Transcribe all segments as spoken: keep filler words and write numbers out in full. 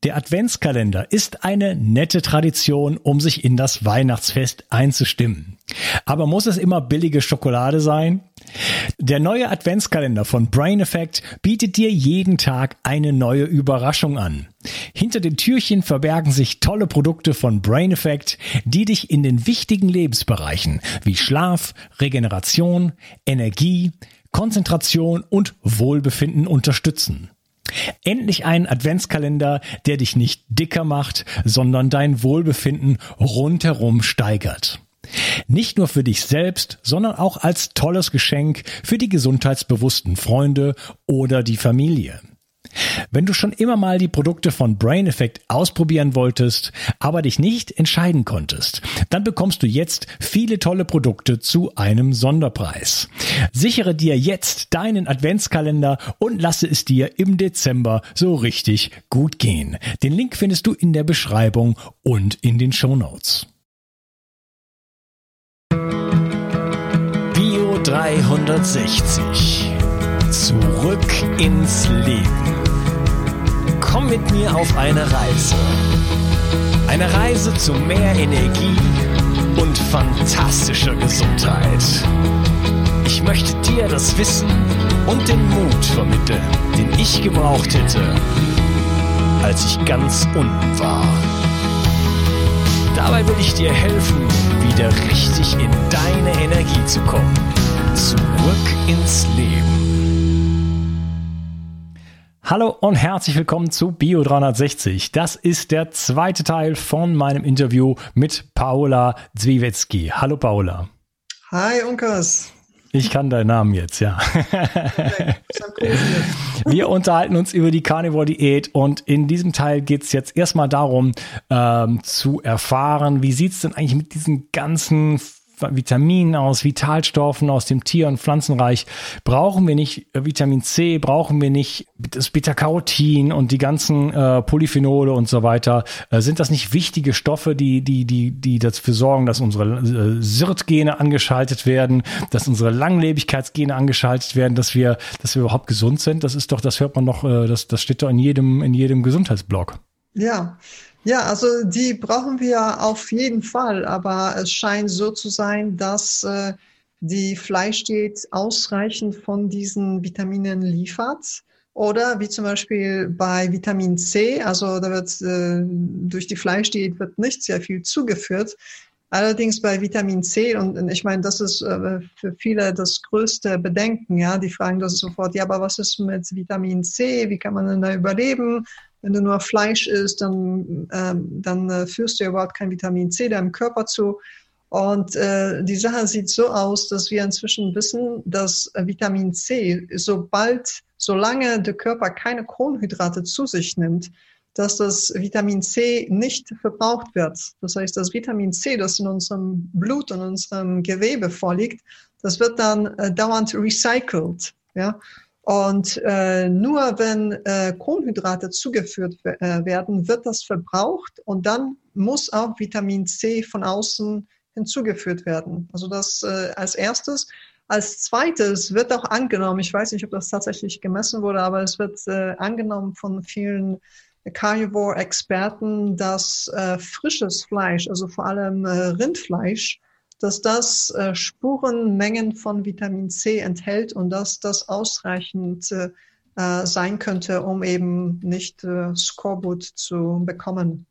Der Adventskalender ist eine nette Tradition, um sich in das Weihnachtsfest einzustimmen. Aber muss es immer billige Schokolade sein? Der neue Adventskalender von Brain Effect bietet dir jeden Tag eine neue Überraschung an. Hinter den Türchen verbergen sich tolle Produkte von Brain Effect, die dich in den wichtigen Lebensbereichen wie Schlaf, Regeneration, Energie, Konzentration und Wohlbefinden unterstützen. Endlich ein Adventskalender, der dich nicht dicker macht, sondern dein Wohlbefinden rundherum steigert. Nicht nur für dich selbst, sondern auch als tolles Geschenk für die gesundheitsbewussten Freunde oder die Familie. Wenn du schon immer mal die Produkte von Brain Effect ausprobieren wolltest, aber dich nicht entscheiden konntest, dann bekommst du jetzt viele tolle Produkte zu einem Sonderpreis. Sichere dir jetzt deinen Adventskalender und lasse es dir im Dezember so richtig gut gehen. Den Link findest du in der Beschreibung und in den Shownotes. Bio dreihundertsechzig. Zurück ins Leben. Komm mit mir auf eine Reise. Eine Reise zu mehr Energie und fantastischer Gesundheit. Ich möchte dir das Wissen und den Mut vermitteln, den ich gebraucht hätte, als ich ganz unten war. Dabei will ich dir helfen, wieder richtig in deine Energie zu kommen. Zurück ins Leben. Hallo und herzlich willkommen zu Bio dreihundertsechzig. Das ist der zweite Teil von meinem Interview mit Paola Zwiewecki. Hallo Paola. Hi Unkas. Ich kann deinen Namen jetzt, ja. Wir unterhalten uns über die Carnivore-Diät und in diesem Teil geht es jetzt erstmal darum, ähm, zu erfahren, wie sieht es denn eigentlich mit diesen ganzen Vitaminen aus, Vitalstoffen aus dem Tier- und Pflanzenreich. Brauchen wir nicht Vitamin C, brauchen wir nicht das Beta-Carotin und die ganzen äh, Polyphenole und so weiter. Äh, sind das nicht wichtige Stoffe, die die die die dafür sorgen, dass unsere äh, S I R T-Gene angeschaltet werden, dass unsere Langlebigkeitsgene angeschaltet werden, dass wir dass wir überhaupt gesund sind? Das ist doch, das hört man doch, äh, das das steht doch in jedem in jedem Gesundheitsblog. Ja. Ja, also die brauchen wir auf jeden Fall, aber es scheint so zu sein, dass äh, die Fleischdiät ausreichend von diesen Vitaminen liefert. Oder wie zum Beispiel bei Vitamin C, also da wird äh, durch die Fleischdiät wird nicht sehr viel zugeführt. Allerdings bei Vitamin C, und ich meine, das ist äh, für viele das größte Bedenken, ja, die fragen das sofort, ja, aber was ist mit Vitamin C, wie kann man denn da überleben? Wenn du nur Fleisch isst, dann, ähm, dann äh, führst du überhaupt kein Vitamin C deinem Körper zu. Und äh, die Sache sieht so aus, dass wir inzwischen wissen, dass äh, Vitamin C, sobald, solange der Körper keine Kohlenhydrate zu sich nimmt, dass das Vitamin C nicht verbraucht wird. Das heißt, das Vitamin C, das in unserem Blut und unserem Gewebe vorliegt, das wird dann äh, dauernd recycelt, ja. Und äh, nur wenn äh, Kohlenhydrate zugeführt äh, werden, wird das verbraucht und dann muss auch Vitamin C von außen hinzugeführt werden. Also das äh, als erstes. Als zweites wird auch angenommen, ich weiß nicht, ob das tatsächlich gemessen wurde, aber es wird äh, angenommen von vielen Carnivore-Experten, dass äh, frisches Fleisch, also vor allem äh, Rindfleisch, dass das äh, Spurenmengen von Vitamin C enthält und dass das ausreichend äh, sein könnte, um eben nicht äh, Skorbut zu bekommen.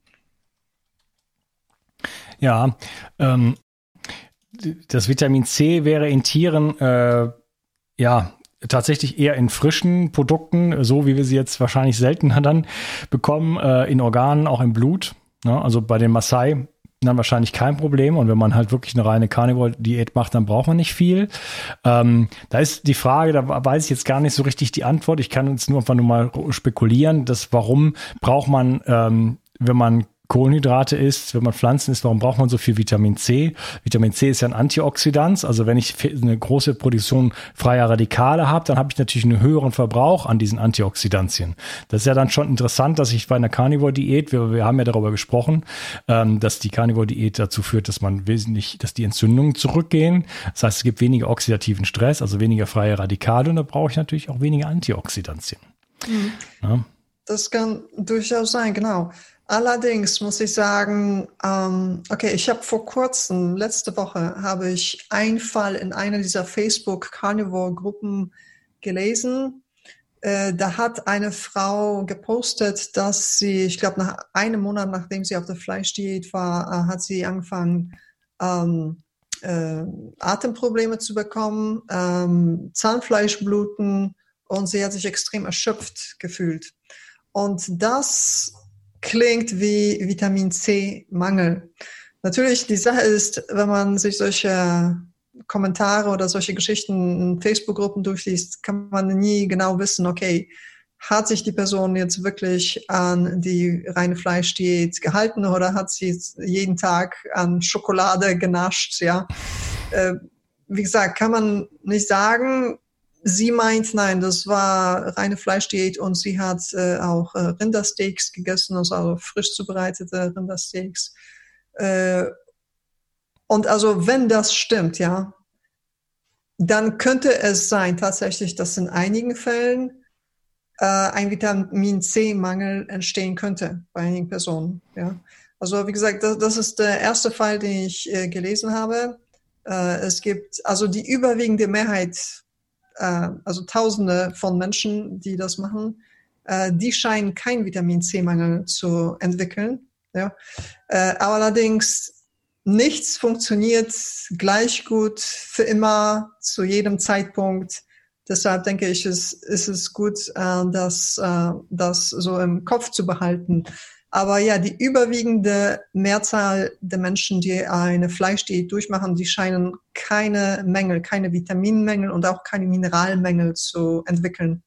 Ja, ähm, das Vitamin C wäre in Tieren äh, ja tatsächlich eher in frischen Produkten, so wie wir sie jetzt wahrscheinlich seltener dann bekommen, äh, in Organen, auch im Blut. Ne? Also bei den Maasai dann wahrscheinlich kein Problem. Und wenn man halt wirklich eine reine Carnivore-Diät macht, dann braucht man nicht viel. Ähm, da ist die Frage, da weiß ich jetzt gar nicht so richtig die Antwort. Ich kann jetzt nur einfach nur mal spekulieren, dass warum braucht man, ähm, wenn man Kohlenhydrate isst, wenn man Pflanzen isst, warum braucht man so viel Vitamin C? Vitamin C ist ja ein Antioxidant, also wenn ich eine große Produktion freier Radikale habe, dann habe ich natürlich einen höheren Verbrauch an diesen Antioxidantien. Das ist ja dann schon interessant, dass ich bei einer Carnivore-Diät, wir, wir haben ja darüber gesprochen, ähm, dass die Carnivore-Diät dazu führt, dass man wesentlich, dass die Entzündungen zurückgehen. Das heißt, es gibt weniger oxidativen Stress, also weniger freie Radikale und da brauche ich natürlich auch weniger Antioxidantien. Mhm. Ja. Das kann durchaus sein, genau. Allerdings muss ich sagen, ähm, okay, ich habe vor kurzem, letzte Woche, habe ich einen Fall in einer dieser Facebook-Carnivore-Gruppen gelesen. Äh, da hat eine Frau gepostet, dass sie, ich glaube, nach einem Monat, nachdem sie auf der Fleischdiät war, äh, hat sie angefangen, ähm, äh, Atemprobleme zu bekommen, ähm, Zahnfleischbluten, und sie hat sich extrem erschöpft gefühlt. Und das klingt wie Vitamin C-Mangel. Natürlich, die Sache ist, wenn man sich solche Kommentare oder solche Geschichten in Facebook-Gruppen durchliest, kann man nie genau wissen, okay, hat sich die Person jetzt wirklich an die reine Fleischdiät gehalten oder hat sie jeden Tag an Schokolade genascht, ja? Äh, wie gesagt, kann man nicht sagen. Sie meint, nein, das war reine Fleischdiät und sie hat äh, auch äh, Rindersteaks gegessen, also frisch zubereitete Rindersteaks. Äh, und also wenn das stimmt, ja, dann könnte es sein tatsächlich, dass in einigen Fällen äh, ein Vitamin C-Mangel entstehen könnte bei einigen Personen. Ja. Also wie gesagt, das, das ist der erste Fall, den ich äh, gelesen habe. Äh, es gibt also die überwiegende Mehrheit, also Tausende von Menschen, die das machen, die scheinen keinen Vitamin C-Mangel zu entwickeln. Ja. Allerdings nichts funktioniert gleich gut für immer, zu jedem Zeitpunkt. Deshalb denke ich, ist, ist es gut, das, das so im Kopf zu behalten. Aber ja, die überwiegende Mehrzahl der Menschen, die eine Fleischdiät durchmachen, die scheinen keine Mängel, keine Vitaminmängel und auch keine Mineralmängel zu entwickeln.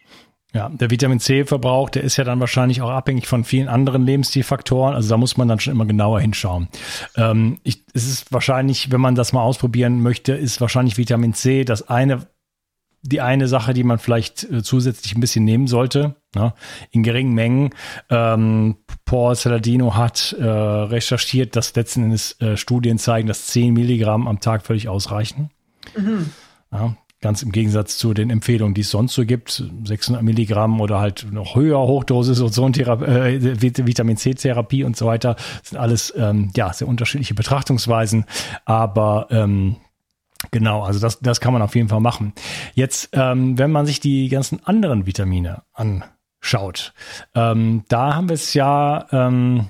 Ja, der Vitamin C-Verbrauch, der ist ja dann wahrscheinlich auch abhängig von vielen anderen Lebensstilfaktoren. Also da muss man dann schon immer genauer hinschauen. Ähm, ich, es ist wahrscheinlich, wenn man das mal ausprobieren möchte, ist wahrscheinlich Vitamin C das eine die eine Sache, die man vielleicht äh, zusätzlich ein bisschen nehmen sollte, ne? In geringen Mengen. Ähm, Paul Saladino hat äh, recherchiert, dass letzten Endes äh, Studien zeigen, dass zehn Milligramm am Tag völlig ausreichen. Mhm. Ja, ganz im Gegensatz zu den Empfehlungen, die es sonst so gibt, sechshundert Milligramm oder halt noch höher, Hochdosis, Ozon-Therapie, äh, Vitamin C-Therapie und so weiter, das sind alles ähm, ja sehr unterschiedliche Betrachtungsweisen, aber ähm, genau, also das, das kann man auf jeden Fall machen. Jetzt, ähm, wenn man sich die ganzen anderen Vitamine anschaut, ähm, da haben wir es ja, ähm,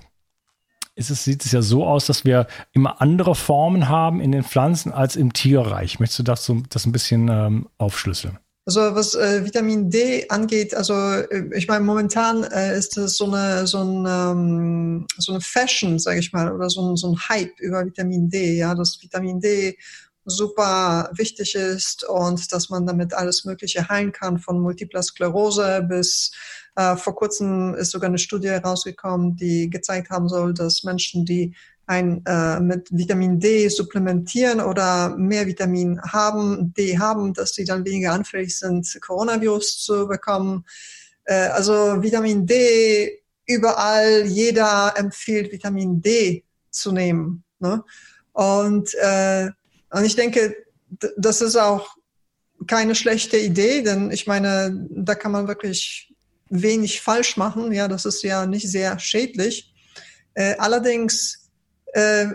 ist es, sieht es ja so aus, dass wir immer andere Formen haben in den Pflanzen als im Tierreich. Möchtest du das, so, das ein bisschen ähm, aufschlüsseln? Also was äh, Vitamin D angeht, also äh, ich meine, momentan äh, ist es so eine so ein, ähm, so eine Fashion, sage ich mal, oder so ein, so ein Hype über Vitamin D, ja, dass Vitamin D super wichtig ist und dass man damit alles Mögliche heilen kann, von Multipler Sklerose bis äh, vor kurzem ist sogar eine Studie rausgekommen, die gezeigt haben soll, dass Menschen, die ein äh, mit Vitamin D supplementieren oder mehr Vitamin haben, D haben, dass die dann weniger anfällig sind, Coronavirus zu bekommen. Äh, also Vitamin D überall, jeder empfiehlt Vitamin D zu nehmen, ne? Und äh, Und ich denke, das ist auch keine schlechte Idee, denn ich meine, da kann man wirklich wenig falsch machen. Ja, das ist ja nicht sehr schädlich. Äh, allerdings, äh,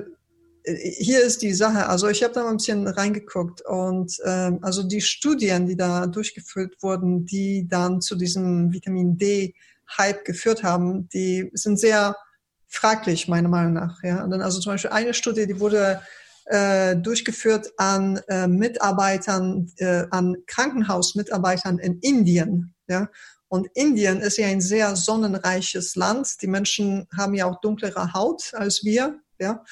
hier ist die Sache. Also ich habe da mal ein bisschen reingeguckt und äh, also die Studien, die da durchgeführt wurden, die dann zu diesem Vitamin D-Hype geführt haben, die sind sehr fraglich, meiner Meinung nach. Ja, und dann also zum Beispiel eine Studie, die wurde Äh, durchgeführt an äh, Mitarbeitern, äh, an Krankenhausmitarbeitern in Indien. Ja? Und Indien ist ja ein sehr sonnenreiches Land. Die Menschen haben ja auch dunklere Haut als wir. Ja?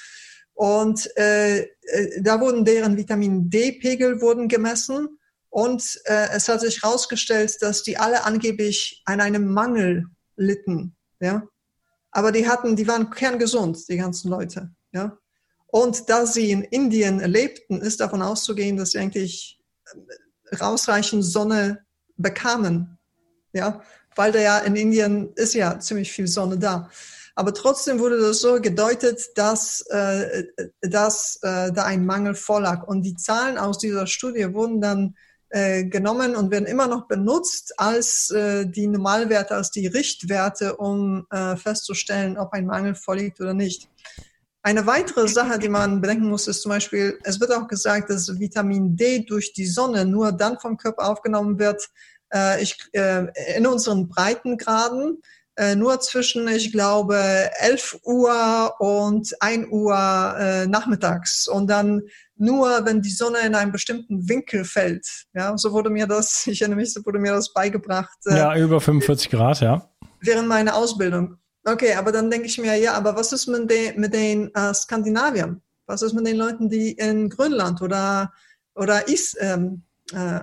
Und äh, äh, da wurden deren Vitamin D-Pegel wurden gemessen. Und äh, es hat sich herausgestellt, dass die alle angeblich an einem Mangel litten. Ja? Aber die hatten, die waren kerngesund, die ganzen Leute. Ja? Und da sie in Indien lebten, ist davon auszugehen, dass sie eigentlich ausreichend Sonne bekamen. Ja, weil da ja in Indien ist ja ziemlich viel Sonne da. Aber trotzdem wurde das so gedeutet, dass, äh, dass äh, da ein Mangel vorlag. Und die Zahlen aus dieser Studie wurden dann äh, genommen und werden immer noch benutzt als äh, die Normalwerte, als die Richtwerte, um äh, festzustellen, ob ein Mangel vorliegt oder nicht. Eine weitere Sache, die man bedenken muss, ist zum Beispiel, es wird auch gesagt, dass Vitamin D durch die Sonne nur dann vom Körper aufgenommen wird, äh, ich, äh, in unseren Breitengraden, äh, nur zwischen, ich glaube, elf Uhr und ein Uhr äh, nachmittags und dann nur, wenn die Sonne in einem bestimmten Winkel fällt. Ja, so wurde mir das, ich erinnere mich, so wurde mir das beigebracht. Äh, ja, über fünfundvierzig Grad, ja. Während meiner Ausbildung. Okay, aber dann denke ich mir, ja, aber was ist mit den, mit den äh, Skandinaviern? Was ist mit den Leuten, die in Grönland oder, oder Is, ähm, äh,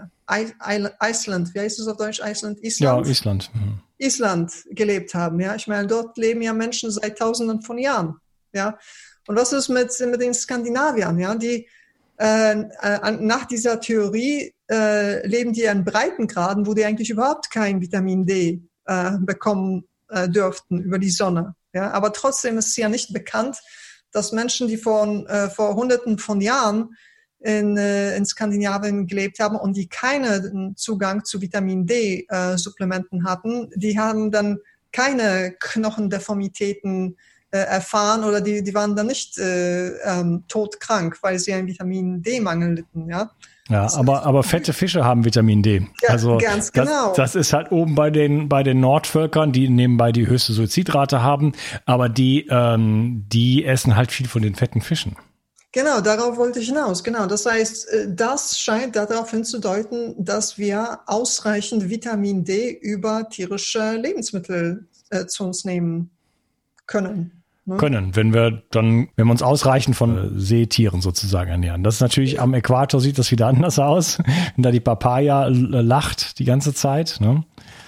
Island, wie heißt es auf Deutsch? Island? Island? Ja, Island. Mhm. Island gelebt haben, ja. Ich meine, dort leben ja Menschen seit Tausenden von Jahren, ja. Und was ist mit, mit den Skandinaviern, ja? Die, äh, äh, nach dieser Theorie äh, leben die in Breitengraden, wo die eigentlich überhaupt kein Vitamin D äh, bekommen äh, dürften über die Sonne, ja. Aber trotzdem ist es ja nicht bekannt, dass Menschen, die vor, äh, vor Hunderten von Jahren in, äh, in Skandinavien gelebt haben und die keinen Zugang zu Vitamin D-Supplementen äh, hatten, die haben dann keine Knochendeformitäten äh, erfahren oder die, die waren dann nicht äh, ähm, todkrank, weil sie einen Vitamin D-Mangel litten. Ja, ja das aber, aber fette Fische haben Vitamin D. Ja, also ganz genau. Das, das ist halt oben bei den, bei den Nordvölkern, die nebenbei die höchste Suizidrate haben, aber die, ähm, die essen halt viel von den fetten Fischen. Genau, darauf wollte ich hinaus. Genau, das heißt, das scheint darauf hinzudeuten, dass wir ausreichend Vitamin D über tierische Lebensmittel äh, zu uns nehmen können. Ne? Können, wenn wir dann, wenn wir uns ausreichend von äh, Seetieren sozusagen ernähren. Das ist natürlich, ja. Am Äquator sieht das wieder anders aus, wenn da die Papaya lacht die ganze Zeit. Ne?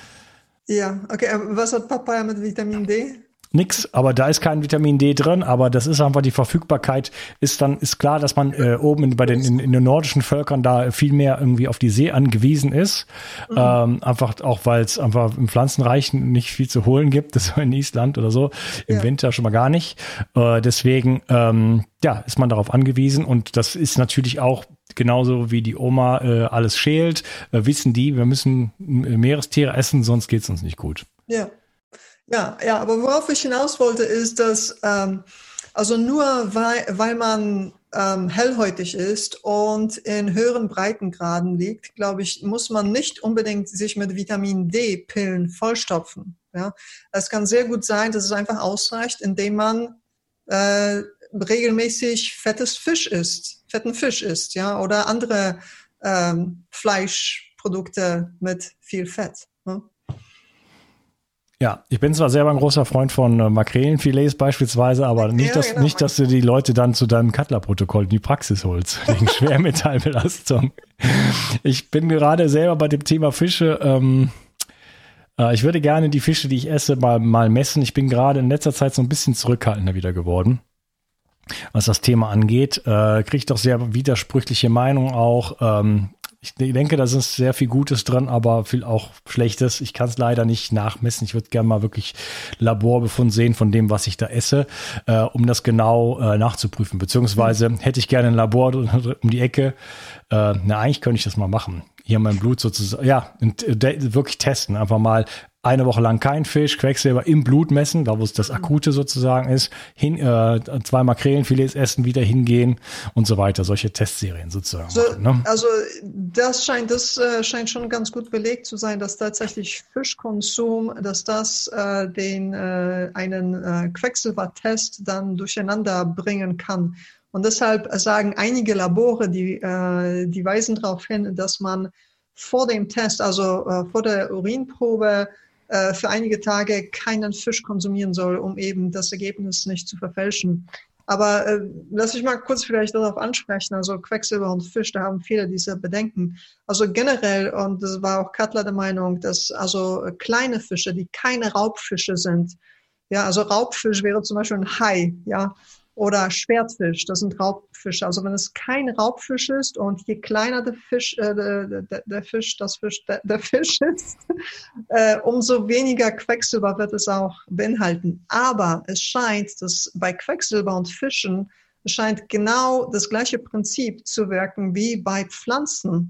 Ja, okay, was hat Papaya mit Vitamin D? Nix, aber da ist kein Vitamin D drin, aber das ist einfach die Verfügbarkeit, ist dann, ist klar, dass man äh, oben in, bei den, in, in den nordischen Völkern da viel mehr irgendwie auf die See angewiesen ist. Mhm. Ähm, einfach auch, weil es einfach im Pflanzenreich nicht viel zu holen gibt, das in Island oder so, im ja. Winter schon mal gar nicht. Äh, deswegen, ähm, ja, ist man darauf angewiesen und das ist natürlich auch genauso wie die Oma äh, alles schält, äh, wissen die, wir müssen Meerestiere essen, sonst geht's uns nicht gut. Ja. Ja, ja, aber worauf ich hinaus wollte, ist, dass ähm, also nur weil, weil man ähm, hellhäutig ist und in höheren Breitengraden liegt, glaube ich, muss man nicht unbedingt sich mit Vitamin D-Pillen vollstopfen. Ja, es kann sehr gut sein, dass es einfach ausreicht, indem man äh, regelmäßig fettes Fisch isst, fetten Fisch isst, ja, oder andere ähm, Fleischprodukte mit viel Fett. Ne? Ja, ich bin zwar selber ein großer Freund von äh, Makrelenfilets beispielsweise, aber nicht, ja, dass, genau. nicht, dass du die Leute dann zu deinem Cutler-Protokoll in die Praxis holst, wegen Schwermetallbelastung. Ich bin gerade selber bei dem Thema Fische. Ähm, äh, ich würde gerne die Fische, die ich esse, mal, mal messen. Ich bin gerade in letzter Zeit so ein bisschen zurückhaltender wieder geworden, was das Thema angeht. Äh, kriege ich doch sehr widersprüchliche Meinungen auch. Ähm, Ich denke, da ist sehr viel Gutes drin, aber viel auch Schlechtes. Ich kann es leider nicht nachmessen. Ich würde gerne mal wirklich Laborbefund sehen von dem, was ich da esse, äh, um das genau äh, nachzuprüfen. Beziehungsweise hätte ich gerne ein Labor um die Ecke. Äh, na, eigentlich könnte ich das mal machen. Hier mein Blut sozusagen, ja, und, äh, wirklich testen. Einfach mal eine Woche lang kein Fisch, Quecksilber im Blut messen, da wo es das Akute sozusagen ist, hin, äh, zwei Makrelenfilets essen, wieder hingehen und so weiter. Solche Testserien sozusagen. So, machen, ne? Also das scheint, das äh, scheint schon ganz gut belegt zu sein, dass tatsächlich Fischkonsum, dass das äh, den äh, einen äh, Quecksilbertest dann durcheinander bringen kann. Und deshalb sagen einige Labore, die, äh, die weisen darauf hin, dass man vor dem Test, also äh, vor der Urinprobe, äh, für einige Tage keinen Fisch konsumieren soll, um eben das Ergebnis nicht zu verfälschen. Aber äh, lass ich mal kurz vielleicht darauf ansprechen, also Quecksilber und Fisch, da haben viele diese Bedenken. Also generell, und das war auch Cutler der Meinung, dass also kleine Fische, die keine Raubfische sind, ja, also Raubfisch wäre zum Beispiel ein Hai, ja, oder Schwertfisch, das sind Raubfische. Also wenn es kein Raubfisch ist und je kleiner der Fisch, äh, der, der, der Fisch, das Fisch, der, der Fisch ist, äh, umso weniger Quecksilber wird es auch beinhalten. Aber es scheint, dass bei Quecksilber und Fischen es scheint genau das gleiche Prinzip zu wirken wie bei Pflanzen.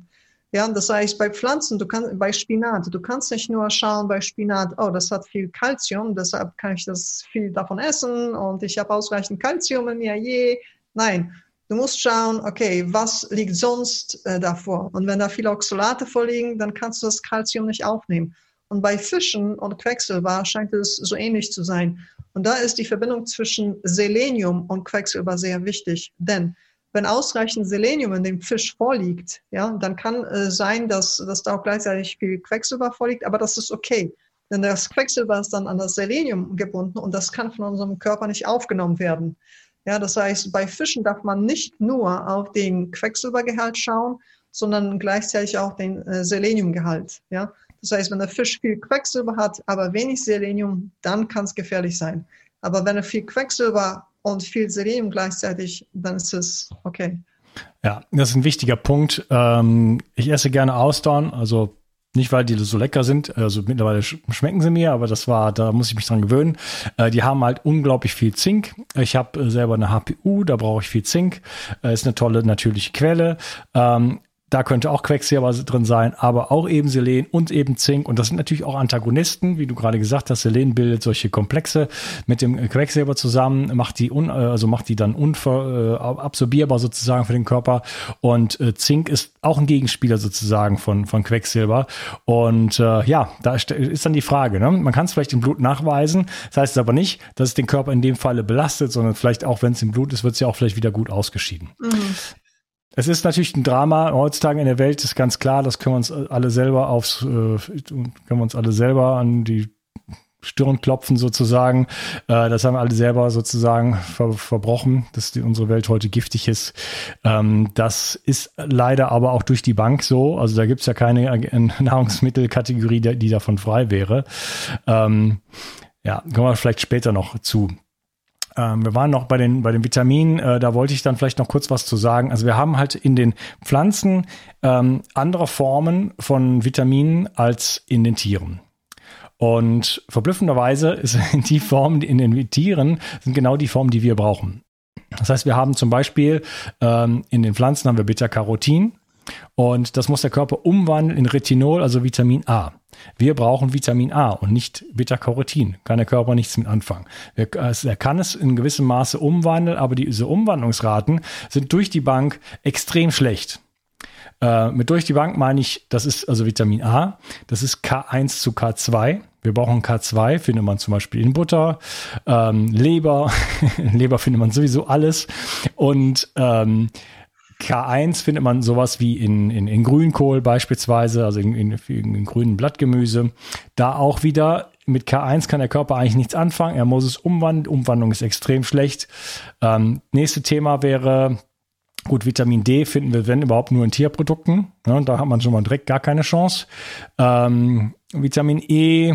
Ja, das heißt, bei Pflanzen, du kannst, bei Spinat, du kannst nicht nur schauen bei Spinat, oh, das hat viel Kalzium, deshalb kann ich das viel davon essen und ich habe ausreichend Kalzium in mir, je. Nein, du musst schauen, okay, was liegt sonst äh, davor? Und wenn da viele Oxalate vorliegen, dann kannst du das Kalzium nicht aufnehmen. Und bei Fischen und Quecksilber scheint es so ähnlich zu sein. Und da ist die Verbindung zwischen Selenium und Quecksilber sehr wichtig, denn wenn ausreichend Selenium in dem Fisch vorliegt, ja, dann kann äh, sein, dass, dass da auch gleichzeitig viel Quecksilber vorliegt, aber das ist okay. Denn das Quecksilber ist dann an das Selenium gebunden und das kann von unserem Körper nicht aufgenommen werden. Ja, das heißt, bei Fischen darf man nicht nur auf den Quecksilbergehalt schauen, sondern gleichzeitig auch den äh, Seleniumgehalt. Ja, das heißt, wenn der Fisch viel Quecksilber hat, aber wenig Selenium, dann kann es gefährlich sein. Aber wenn er viel Quecksilber und viel Selenium gleichzeitig, dann ist es okay. Ja, das ist ein wichtiger Punkt. Ähm, ich esse gerne Austern, also nicht, weil die so lecker sind, also mittlerweile schmecken sie mir, aber das war, da muss ich mich dran gewöhnen. Äh, die haben halt unglaublich viel Zink. Ich habe äh, selber eine H P U, da brauche ich viel Zink. Äh, ist eine tolle natürliche Quelle. Ähm, Da könnte auch Quecksilber drin sein, aber auch eben Selen und eben Zink. Und das sind natürlich auch Antagonisten, wie du gerade gesagt hast. Selen bildet solche Komplexe mit dem Quecksilber zusammen, macht die un, also macht die dann unabsorbierbar sozusagen für den Körper. Und äh, Zink ist auch ein Gegenspieler sozusagen von von Quecksilber. Und äh, ja, da ist dann die Frage, ne? Man kann es vielleicht im Blut nachweisen. Das heißt aber nicht, dass es den Körper in dem Falle belastet, sondern vielleicht auch, wenn es im Blut ist, wird es ja auch vielleicht wieder gut ausgeschieden. Mhm. Es ist natürlich ein Drama heutzutage in der Welt, ist ganz klar, das können wir uns alle selber aufs, äh, können wir uns alle selber an die Stirn klopfen sozusagen. Äh, das haben wir alle selber sozusagen ver- verbrochen, dass die, unsere Welt heute giftig ist. Ähm, das ist leider aber auch durch die Bank so. Also da gibt es ja keine Nahrungsmittelkategorie, die, die davon frei wäre. Ähm, ja, kommen wir vielleicht später noch zu. Wir waren noch bei den, bei den Vitaminen, äh, da wollte ich dann vielleicht noch kurz was zu sagen. Also wir haben halt in den Pflanzen ähm, andere Formen von Vitaminen als in den Tieren. Und verblüffenderweise ist die Form in den Tieren sind genau die Formen, die wir brauchen. Das heißt, wir haben zum Beispiel ähm, in den Pflanzen haben wir Beta-Carotin. Und das muss der Körper umwandeln in Retinol, also Vitamin A. Wir brauchen Vitamin A und nicht Beta-Carotin. Kann der Körper nichts mit anfangen. Er kann es in gewissem Maße umwandeln, aber diese Umwandlungsraten sind durch die Bank extrem schlecht. Äh, mit durch die Bank meine ich, das ist also Vitamin A, das ist K eins zu K zwei. Wir brauchen K zwei, findet man zum Beispiel in Butter, ähm, Leber. Leber findet man sowieso alles. Und ähm, K eins findet man sowas wie in, in, in Grünkohl beispielsweise, also in, in, in grünen Blattgemüse. Da auch wieder mit K eins kann der Körper eigentlich nichts anfangen. Er muss es umwandeln. Umwandlung ist extrem schlecht. Ähm, nächste Thema wäre, gut, Vitamin D finden wir, wenn überhaupt, nur in Tierprodukten. Ja, da hat man schon mal direkt gar keine Chance. Ähm, Vitamin E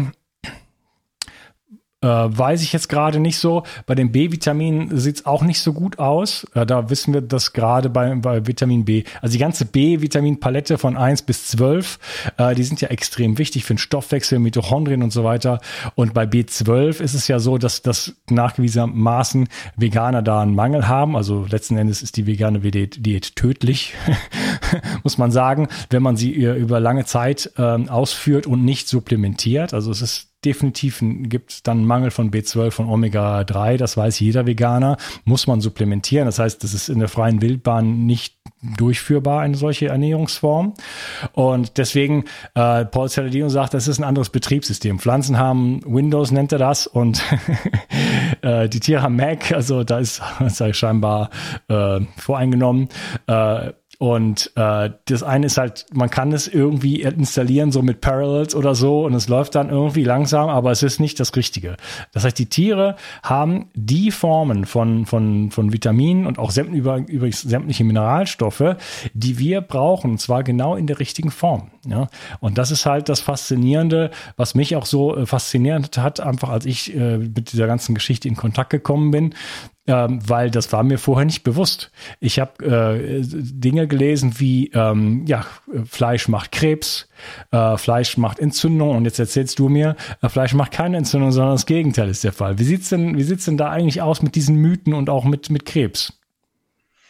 Äh, weiß ich jetzt gerade nicht so. Bei den B-Vitaminen sieht es auch nicht so gut aus. Äh, da wissen wir, dass gerade bei, bei Vitamin B, also die ganze B-Vitamin-Palette von eins bis zwölf, äh, die sind ja extrem wichtig für den Stoffwechsel, Mitochondrien und so weiter. Und bei B zwölf ist es ja so, dass das nachgewiesenermaßen Veganer da einen Mangel haben. Also letzten Endes ist die vegane Diät, Diät tödlich, muss man sagen, wenn man sie über lange Zeit äh, ausführt und nicht supplementiert. Also es ist definitiv gibt dann einen Mangel von B zwölf, von Omega drei, das weiß jeder Veganer, muss man supplementieren. Das heißt, das ist in der freien Wildbahn nicht durchführbar, eine solche Ernährungsform. Und deswegen, äh, Paul Saladino sagt, das ist ein anderes Betriebssystem. Pflanzen haben Windows, nennt er das, und äh, die Tiere haben Mac, also da ist, ist er scheinbar äh, voreingenommen. Äh, Und äh, das eine ist halt, man kann es irgendwie installieren, so mit Parallels oder so, und es läuft dann irgendwie langsam, aber es ist nicht das Richtige. Das heißt, die Tiere haben die Formen von von von Vitaminen und auch sämt, über, übrigens sämtliche Mineralstoffe, die wir brauchen, und zwar genau in der richtigen Form. Ja? Und das ist halt das Faszinierende, was mich auch so äh, fasziniert hat, einfach als ich äh, mit dieser ganzen Geschichte in Kontakt gekommen bin. Ähm, weil das war mir vorher nicht bewusst. Ich habe äh, Dinge gelesen wie, ähm, ja, Fleisch macht Krebs, äh, Fleisch macht Entzündung, und jetzt erzählst du mir, äh, Fleisch macht keine Entzündung, sondern das Gegenteil ist der Fall. Wie sieht's denn, wie sieht's denn da eigentlich aus mit diesen Mythen und auch mit, mit Krebs?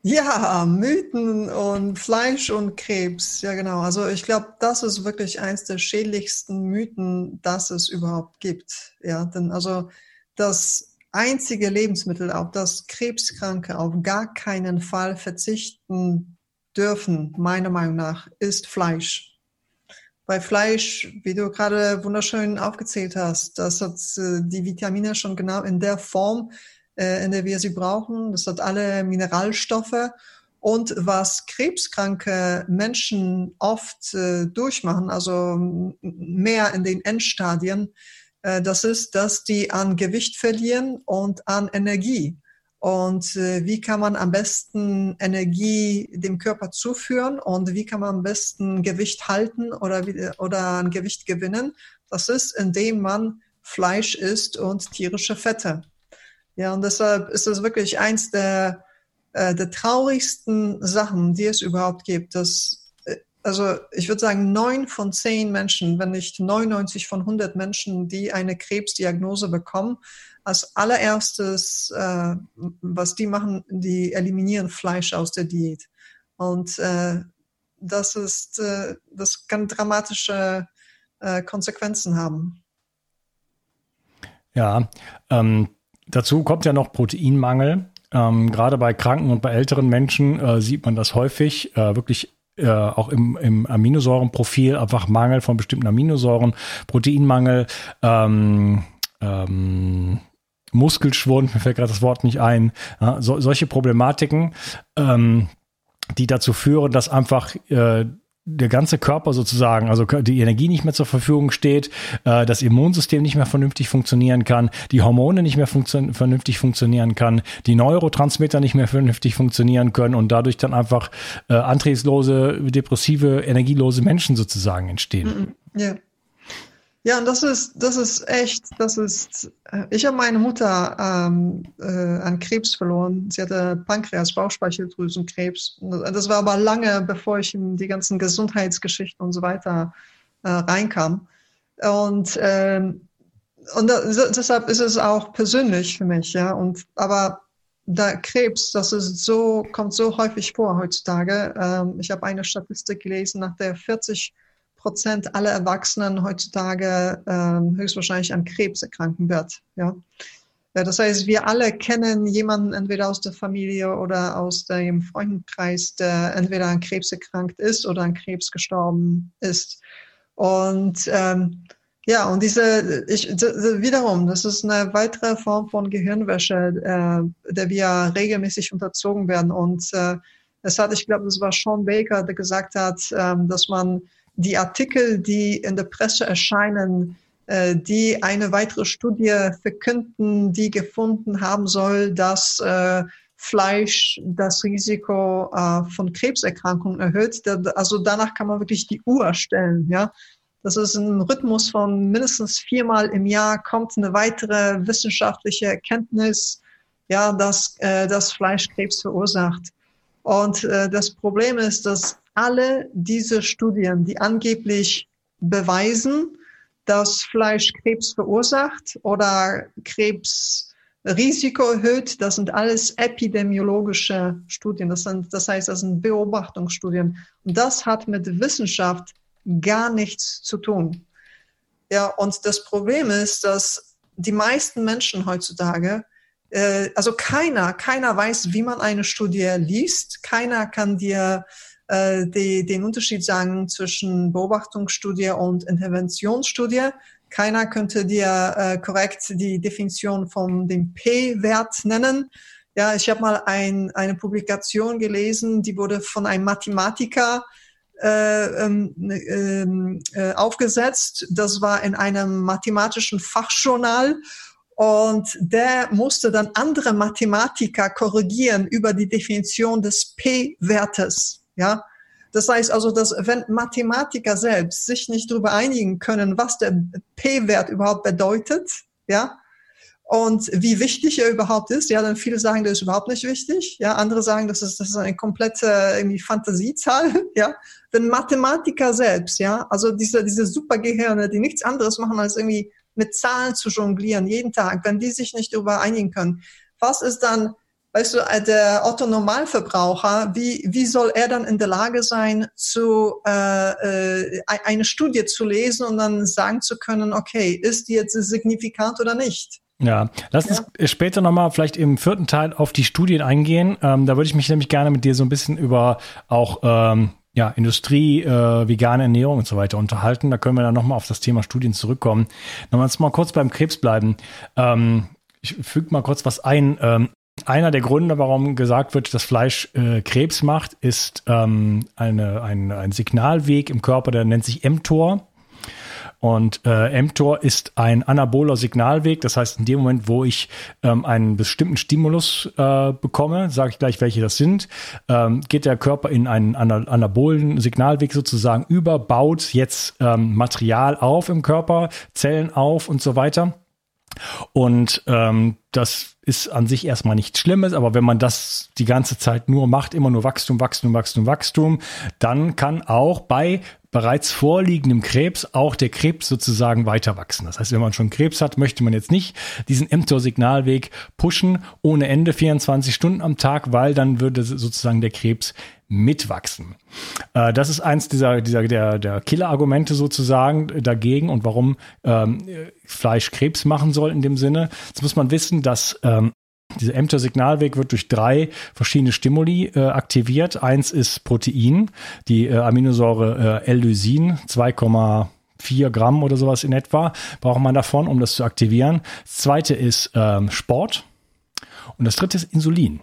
Ja, Mythen und Fleisch und Krebs. Ja, genau. Also ich glaube, das ist wirklich eins der schädlichsten Mythen, das es überhaupt gibt. Ja, denn also das einzige Lebensmittel, auf das Krebskranke auf gar keinen Fall verzichten dürfen, meiner Meinung nach, ist Fleisch. Bei Fleisch, wie du gerade wunderschön aufgezählt hast, das hat äh, die Vitamine schon genau in der Form, äh, in der wir sie brauchen. Das hat alle Mineralstoffe. Und was krebskranke Menschen oft äh, durchmachen, also mehr in den Endstadien, äh, das ist, dass die an Gewicht verlieren und an Energie. Und äh, wie kann man am besten Energie dem Körper zuführen und wie kann man am besten Gewicht halten oder, oder an Gewicht gewinnen? Das ist, indem man Fleisch isst und tierische Fette. Ja, und deshalb ist es wirklich eins der, äh, der traurigsten Sachen, die es überhaupt gibt. Dass, äh, also ich würde sagen, neun von zehn Menschen, wenn nicht neunundneunzig von hundert Menschen, die eine Krebsdiagnose bekommen, als allererstes, äh, was die machen, die eliminieren Fleisch aus der Diät. Und äh, das ist, äh, das kann dramatische äh, Konsequenzen haben. Ja, ähm, dazu kommt ja noch Proteinmangel. Ähm, gerade bei kranken und bei älteren Menschen äh, sieht man das häufig, äh, wirklich äh, auch im, im Aminosäurenprofil, einfach Mangel von bestimmten Aminosäuren, Proteinmangel, ähm, ähm, Muskelschwund, mir fällt gerade das Wort nicht ein, ja, so, solche Problematiken, ähm, die dazu führen, dass einfach äh, der ganze Körper sozusagen, also die Energie nicht mehr zur Verfügung steht, äh, das Immunsystem nicht mehr vernünftig funktionieren kann, die Hormone nicht mehr funktio- vernünftig funktionieren kann, die Neurotransmitter nicht mehr vernünftig funktionieren können und dadurch dann einfach äh, antriebslose, depressive, energielose Menschen sozusagen entstehen. Ja. Ja, und das ist, das ist echt, das ist, ich habe meine Mutter ähm, äh, an Krebs verloren. Sie hatte Pankreas, Bauchspeicheldrüsenkrebs. Das war aber lange, bevor ich in die ganzen Gesundheitsgeschichten und so weiter äh, reinkam. Und, ähm, und da, deshalb ist es auch persönlich für mich, ja. Und, aber der Krebs, das ist so, kommt so häufig vor heutzutage. Ähm, ich habe eine Statistik gelesen, nach der vierzig Prozent aller Erwachsenen heutzutage ähm, höchstwahrscheinlich an Krebs erkranken wird. Ja? Ja, das heißt, wir alle kennen jemanden entweder aus der Familie oder aus dem Freundenkreis, der entweder an Krebs erkrankt ist oder an Krebs gestorben ist. Und ähm, ja, und diese, ich, wiederum, das ist eine weitere Form von Gehirnwäsche, äh, der wir regelmäßig unterzogen werden. Und äh, es hat, ich glaube, das war Sean Baker, der gesagt hat, ähm, dass man die Artikel, die in der Presse erscheinen, äh, die eine weitere Studie verkünden, die gefunden haben soll, dass äh, Fleisch das Risiko äh, von Krebserkrankungen erhöht. Da, also danach kann man wirklich die Uhr stellen. Ja, das ist ein Rhythmus von mindestens viermal im Jahr kommt eine weitere wissenschaftliche Erkenntnis, ja, dass äh, das Fleisch Krebs verursacht. Und äh, das Problem ist, dass alle diese Studien, die angeblich beweisen, dass Fleisch Krebs verursacht oder Krebsrisiko erhöht, das sind alles epidemiologische Studien. Das sind, das heißt, das sind Beobachtungsstudien. Und das hat mit Wissenschaft gar nichts zu tun. Ja, und das Problem ist, dass die meisten Menschen heutzutage, äh, also keiner, keiner weiß, wie man eine Studie liest. Keiner kann dir Die, den Unterschied sagen zwischen Beobachtungsstudie und Interventionsstudie. Keiner könnte dir äh, korrekt die Definition von dem P-Wert nennen. Ja, ich habe mal ein, eine Publikation gelesen, die wurde von einem Mathematiker äh, äh, äh, aufgesetzt. Das war in einem mathematischen Fachjournal. Und der musste dann andere Mathematiker korrigieren über die Definition des P-Wertes. Ja, das heißt also, dass wenn Mathematiker selbst sich nicht darüber einigen können, was der P-Wert überhaupt bedeutet, ja, und wie wichtig er überhaupt ist, ja, dann viele sagen, der ist überhaupt nicht wichtig, ja, andere sagen, das ist, das ist eine komplette irgendwie Fantasiezahl, ja, wenn Mathematiker selbst, ja, also diese, diese Supergehirne, die nichts anderes machen, als irgendwie mit Zahlen zu jonglieren, jeden Tag, wenn die sich nicht darüber einigen können, was ist dann weißt du, der Otto-Normalverbraucher, wie, wie soll er dann in der Lage sein, zu, äh, äh, eine Studie zu lesen und dann sagen zu können, okay, ist die jetzt signifikant oder nicht? Ja, lass uns ja. später nochmal vielleicht im vierten Teil auf die Studien eingehen. Ähm, da würde ich mich nämlich gerne mit dir so ein bisschen über auch ähm, ja, Industrie, äh, vegane Ernährung und so weiter unterhalten. Da können wir dann nochmal auf das Thema Studien zurückkommen. Nochmal mal kurz beim Krebs bleiben. Ähm, ich füge mal kurz was ein. Ähm, einer der Gründe, warum gesagt wird, dass Fleisch äh, Krebs macht, ist ähm, eine, ein, ein Signalweg im Körper, der nennt sich mTOR. Und äh, mTOR ist ein anaboler Signalweg. Das heißt, in dem Moment, wo ich ähm, einen bestimmten Stimulus äh, bekomme, sage ich gleich, welche das sind, ähm, geht der Körper in einen ana- anabolen Signalweg sozusagen über, baut jetzt ähm, Material auf im Körper, Zellen auf und so weiter. Und ähm, das ist an sich erstmal nichts Schlimmes, aber wenn man das die ganze Zeit nur macht, immer nur Wachstum, Wachstum, Wachstum, Wachstum, dann kann auch bei bereits vorliegendem Krebs auch der Krebs sozusagen weiter wachsen. Das heißt, wenn man schon Krebs hat, möchte man jetzt nicht diesen mTOR-Signalweg pushen ohne Ende vierundzwanzig Stunden am Tag, weil dann würde sozusagen der Krebs mitwachsen. Äh, das ist eins dieser, dieser der, der Killer-Argumente sozusagen dagegen und warum ähm, Fleisch Krebs machen soll in dem Sinne. Jetzt muss man wissen, dass ähm, dieser mTOR-Signalweg wird durch drei verschiedene Stimuli äh, aktiviert. Eins ist Protein, die äh, Aminosäure äh, L-Lysin, zwei Komma vier Gramm oder sowas in etwa, braucht man davon, um das zu aktivieren. Das zweite ist ähm, Sport und das dritte ist Insulin.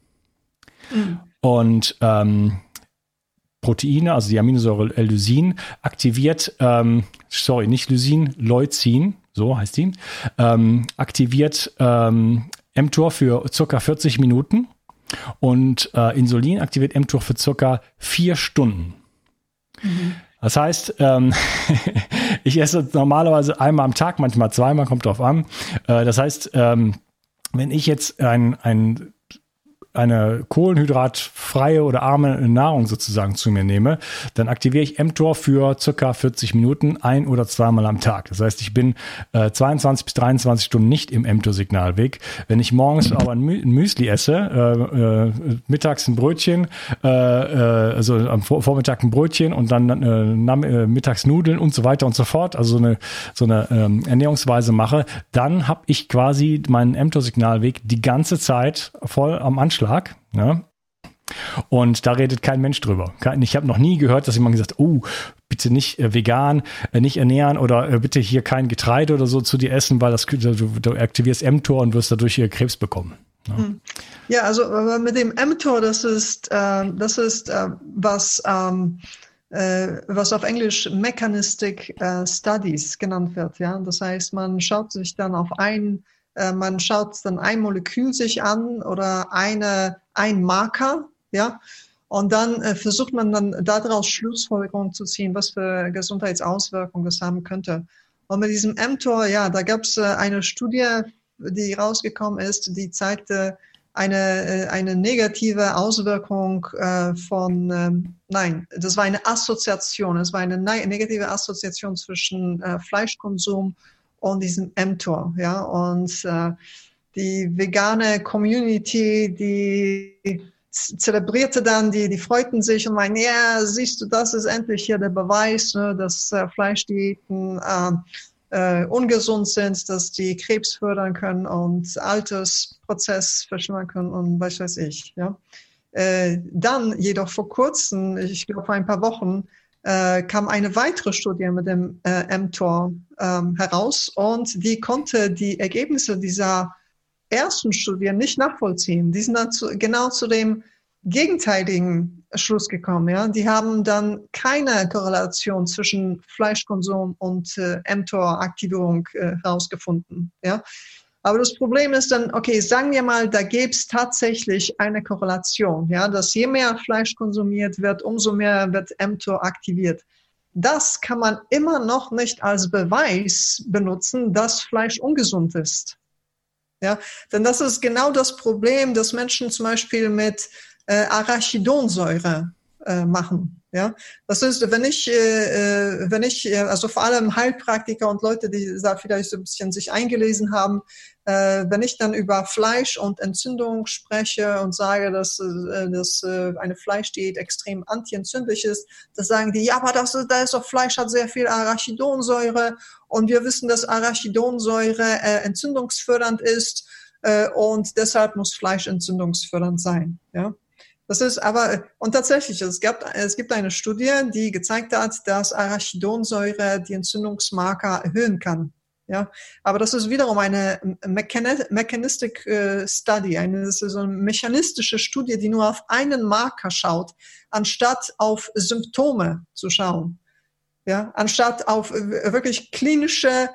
Mhm. Und ähm, Proteine, also die Aminosäure L-Lysin, aktiviert, ähm, sorry, nicht Lysin, Leucin, so heißt die, ähm, aktiviert ähm, mTOR für circa vierzig Minuten und äh, Insulin aktiviert mTOR für circa vier Stunden. Mhm. Das heißt, ähm, ich esse normalerweise einmal am Tag, manchmal zweimal, kommt drauf an. Äh, das heißt, ähm, wenn ich jetzt ein, ein eine kohlenhydratfreie oder arme Nahrung sozusagen zu mir nehme, dann aktiviere ich mTOR für circa vierzig Minuten ein- oder zweimal am Tag. Das heißt, ich bin äh, zweiundzwanzig bis dreiundzwanzig Stunden nicht im mTOR-Signalweg. Wenn ich morgens aber ein, Mü- ein Müsli esse, äh, äh, mittags ein Brötchen, äh, äh, also am Vor- Vormittag ein Brötchen und dann äh, nam- äh, mittags Nudeln und so weiter und so fort, also so eine, so eine ähm, Ernährungsweise mache, dann habe ich quasi meinen mTOR-Signalweg die ganze Zeit voll am Anschlag. Ja. Und da redet kein Mensch drüber. Ich habe noch nie gehört, dass jemand gesagt hat, oh, bitte nicht äh, vegan, äh, nicht ernähren oder äh, bitte hier kein Getreide oder so zu dir essen, weil das, du, du aktivierst mTOR und wirst dadurch äh, Krebs bekommen. Ja. Ja, also mit dem mTOR, das ist, äh, das ist äh, was, ähm, äh, was auf Englisch Mechanistic äh, Studies genannt wird. Ja? Das heißt, man schaut sich dann auf ein Man schaut dann ein Molekül sich an oder eine, ein Marker, ja, und dann äh, versucht man dann daraus Schlussfolgerungen zu ziehen, was für Gesundheitsauswirkungen das haben könnte. Und mit diesem mTOR, ja, da gab es äh, eine Studie, die rausgekommen ist, die zeigte eine, äh, eine negative Auswirkung äh, von, ähm, nein, das war eine Assoziation, es war eine ne- negative Assoziation zwischen äh, Fleischkonsum und diesem mTOR, ja, und äh, die vegane Community, die zelebrierte dann, die, die freuten sich und meinen, ja, siehst du, das ist endlich hier der Beweis, ne, dass äh, Fleischdiäten äh, äh, ungesund sind, dass die Krebs fördern können und Altersprozess verschlimmern können und was weiß ich, ja. Äh, dann jedoch vor kurzem, ich glaube vor ein paar Wochen, Äh, kam eine weitere Studie mit dem äh, mTOR ähm, heraus und die konnte die Ergebnisse dieser ersten Studie nicht nachvollziehen. Die sind dann zu, genau zu dem gegenteiligen Schluss gekommen. Ja? Die haben dann keine Korrelation zwischen Fleischkonsum und äh, mTOR-Aktivierung äh, herausgefunden. Ja? Aber das Problem ist dann, okay, sagen wir mal, da gäbe es tatsächlich eine Korrelation, ja, dass je mehr Fleisch konsumiert wird, umso mehr wird mTOR aktiviert. Das kann man immer noch nicht als Beweis benutzen, dass Fleisch ungesund ist. Ja, denn das ist genau das Problem, dass Menschen zum Beispiel mit äh, Arachidonsäure äh, machen. Ja, das ist, wenn ich, äh, wenn ich, also vor allem Heilpraktiker und Leute, die da vielleicht so ein bisschen sich eingelesen haben, äh, wenn ich dann über Fleisch und Entzündung spreche und sage, dass, äh, dass äh, eine Fleischdiät extrem antientzündlich ist, da sagen die, ja, aber das, da ist doch Fleisch hat sehr viel Arachidonsäure und wir wissen, dass Arachidonsäure äh, entzündungsfördernd ist äh, und deshalb muss Fleisch entzündungsfördernd sein. Ja. Das ist aber, und tatsächlich, es gibt, es gibt eine Studie, die gezeigt hat, dass Arachidonsäure die Entzündungsmarker erhöhen kann. Ja, aber das ist wiederum eine Mechanistic Study, eine, das ist so eine mechanistische Studie, die nur auf einen Marker schaut, anstatt auf Symptome zu schauen. Ja, anstatt auf wirklich klinische,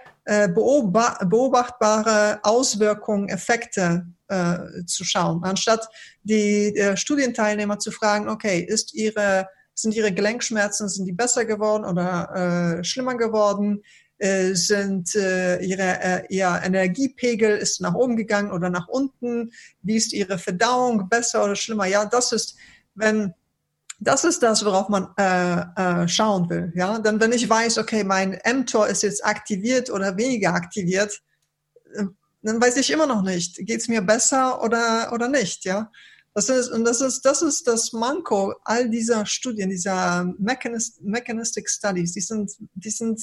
beobachtbare Auswirkungen, Effekte äh, zu schauen, anstatt die äh, Studienteilnehmer zu fragen, okay, ist ihre, sind ihre Gelenkschmerzen, sind die besser geworden oder äh, schlimmer geworden? Äh, sind äh, ihre, äh, ihr Energiepegel ist nach oben gegangen oder nach unten? Wie ist ihre Verdauung besser oder schlimmer? Ja, das ist, wenn das ist das, worauf man äh, äh, schauen will. Ja, dann wenn ich weiß, okay, mein mTOR ist jetzt aktiviert oder weniger aktiviert, äh, dann weiß ich immer noch nicht, geht's mir besser oder oder nicht. Ja, das ist und das ist das ist das Manko all dieser Studien, dieser Mechanist, Mechanistic Studies. Die sind die sind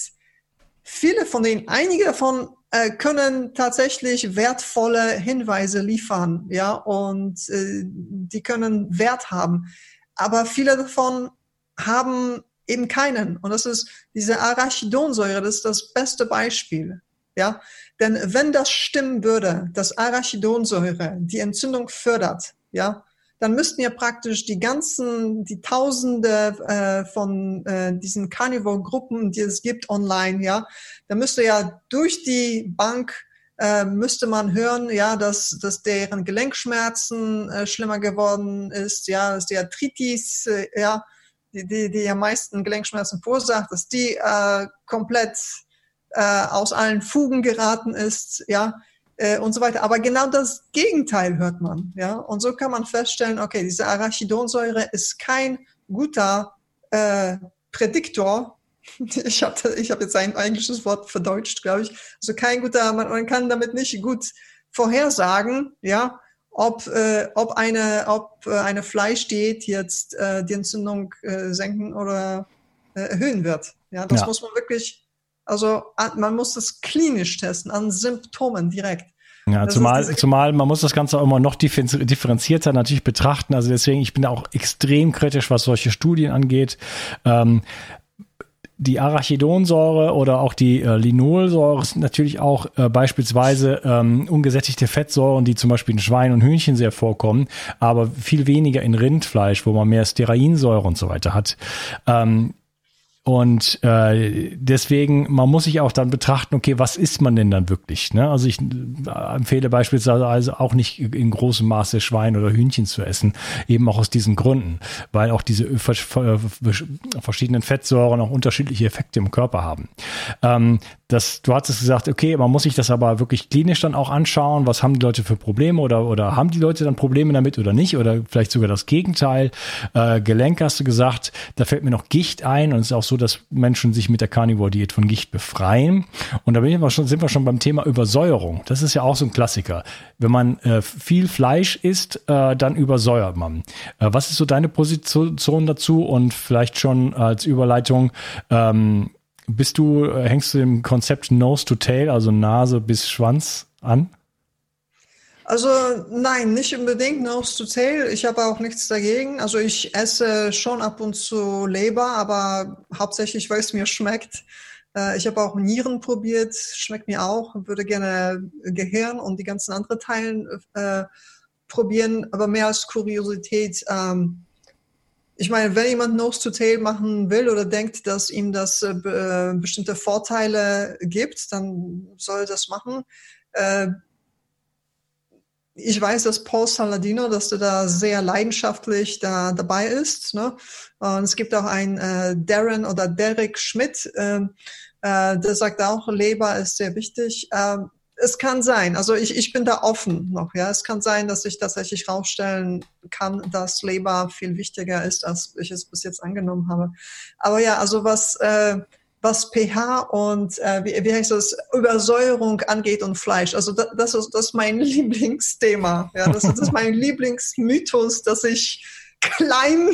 viele von denen, einige davon äh, können tatsächlich wertvolle Hinweise liefern. Ja, und äh, die können Wert haben. Aber viele davon haben eben keinen. Und das ist diese Arachidonsäure, das ist das beste Beispiel. Ja, denn wenn das stimmen würde, dass Arachidonsäure die Entzündung fördert, ja, dann müssten ja praktisch die ganzen, die Tausende äh, von äh, diesen Carnivore-Gruppen, die es gibt online, ja, da müsste ja durch die Bank Äh, müsste man hören, ja, dass, dass deren Gelenkschmerzen äh, schlimmer geworden ist, ja, dass die Arthritis, äh, ja, die, die, die am meisten Gelenkschmerzen verursacht, dass die äh, komplett äh, aus allen Fugen geraten ist, ja, äh, und so weiter. Aber genau das Gegenteil hört man, ja, und so kann man feststellen, okay, diese Arachidonsäure ist kein guter äh, Prädiktor. Ich habe ich hab jetzt ein englisches Wort verdeutscht, glaube ich. Also kein guter, man, man kann damit nicht gut vorhersagen, ja, ob äh, ob eine ob äh, eine Fleischdiät jetzt äh, die Entzündung äh, senken oder äh, erhöhen wird. Ja, das ja. muss man wirklich, also man muss das klinisch testen an Symptomen direkt. Ja, zumal, zumal man muss das Ganze auch immer noch differenzierter natürlich betrachten. Also deswegen, ich bin da auch extrem kritisch, was solche Studien angeht. Ähm, Die Arachidonsäure oder auch die äh, Linolsäure sind natürlich auch äh, beispielsweise ähm, ungesättigte Fettsäuren, die zum Beispiel in Schwein und Hühnchen sehr vorkommen, aber viel weniger in Rindfleisch, wo man mehr Sterainsäure und so weiter hat. Ähm, Und äh, deswegen, man muss sich auch dann betrachten, okay, was isst man denn dann wirklich? Ne? Also ich äh, empfehle beispielsweise also auch nicht in großem Maße Schwein oder Hühnchen zu essen, eben auch aus diesen Gründen, weil auch diese verschiedenen Fettsäuren auch unterschiedliche Effekte im Körper haben. Ähm, das, du hattest gesagt, okay, man muss sich das aber wirklich klinisch dann auch anschauen, was haben die Leute für Probleme oder oder haben die Leute dann Probleme damit oder nicht oder vielleicht sogar das Gegenteil. Äh, Gelenk hast du gesagt, da fällt mir noch Gicht ein und es ist auch so, dass Menschen sich mit der Carnivore-Diät von Gicht befreien. Und da bin ich aber schon, sind wir schon beim Thema Übersäuerung. Das ist ja auch so ein Klassiker. Wenn man äh, viel Fleisch isst, äh, dann übersäuert man. Äh, was ist so deine Position dazu? Und vielleicht schon als Überleitung, ähm, bist du, äh, hängst du dem Konzept Nose to Tail, also Nase bis Schwanz an? Also nein, nicht unbedingt Nose to Tail. Ich habe auch nichts dagegen. Also ich esse schon ab und zu Leber, aber hauptsächlich, weil es mir schmeckt. Äh, ich habe auch Nieren probiert, schmeckt mir auch. Würde gerne Gehirn und die ganzen anderen Teilen äh, probieren, aber mehr als Kuriosität. Ähm, ich meine, wenn jemand Nose to Tail machen will oder denkt, dass ihm das äh, be- bestimmte Vorteile gibt, dann soll er das machen. Äh, Ich weiß, dass Paul Saladino, dass der da sehr leidenschaftlich da dabei ist. Ne? Und es gibt auch einen äh, Darren oder Derek Schmidt, äh, äh, der sagt auch, Leber ist sehr wichtig. Äh, es kann sein. Also ich, ich bin da offen noch. Ja, es kann sein, dass ich tatsächlich rausstellen kann, dass Leber viel wichtiger ist, als ich es bis jetzt angenommen habe. Aber ja, also was äh, was pH und äh, wie, wie heißt das, Übersäuerung angeht und Fleisch. Also das, das, ist, das ist mein Lieblingsthema. Ja, das, das ist mein Lieblingsmythos, dass ich klein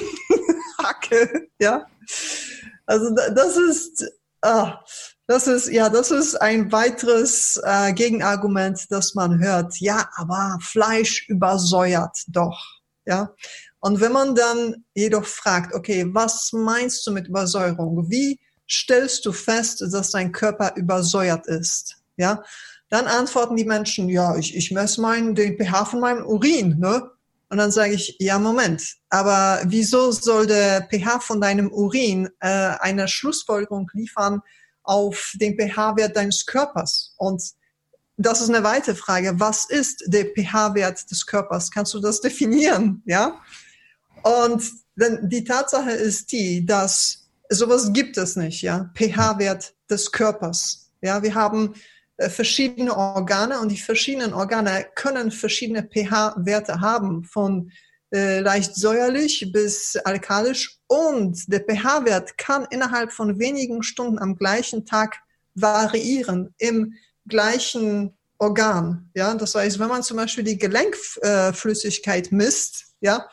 hacke. Ja, also das ist, ah, das ist ja, das ist ein weiteres äh, Gegenargument, das man hört. Ja, aber Fleisch übersäuert doch. Ja. Und wenn man dann jedoch fragt, okay, was meinst du mit Übersäuerung? Wie stellst du fest, dass dein Körper übersäuert ist? Ja, dann antworten die Menschen, ja, ich, ich messe meinen, den pH von meinem Urin, ne? Und dann sage ich, ja, Moment, aber wieso soll der pH von deinem Urin äh, eine Schlussfolgerung liefern auf den pH-Wert deines Körpers? Und das ist eine weitere Frage. Was ist der pH-Wert des Körpers? Kannst du das definieren? Ja? Und dann die Tatsache ist die, dass sowas gibt es nicht, ja, pH-Wert des Körpers. Ja, wir haben äh, verschiedene Organe und die verschiedenen Organe können verschiedene pH-Werte haben, von äh, leicht säuerlich bis alkalisch, und der pH-Wert kann innerhalb von wenigen Stunden am gleichen Tag variieren im gleichen Organ. Ja, das heißt, wenn man zum Beispiel die Gelenkflüssigkeit misst, ja,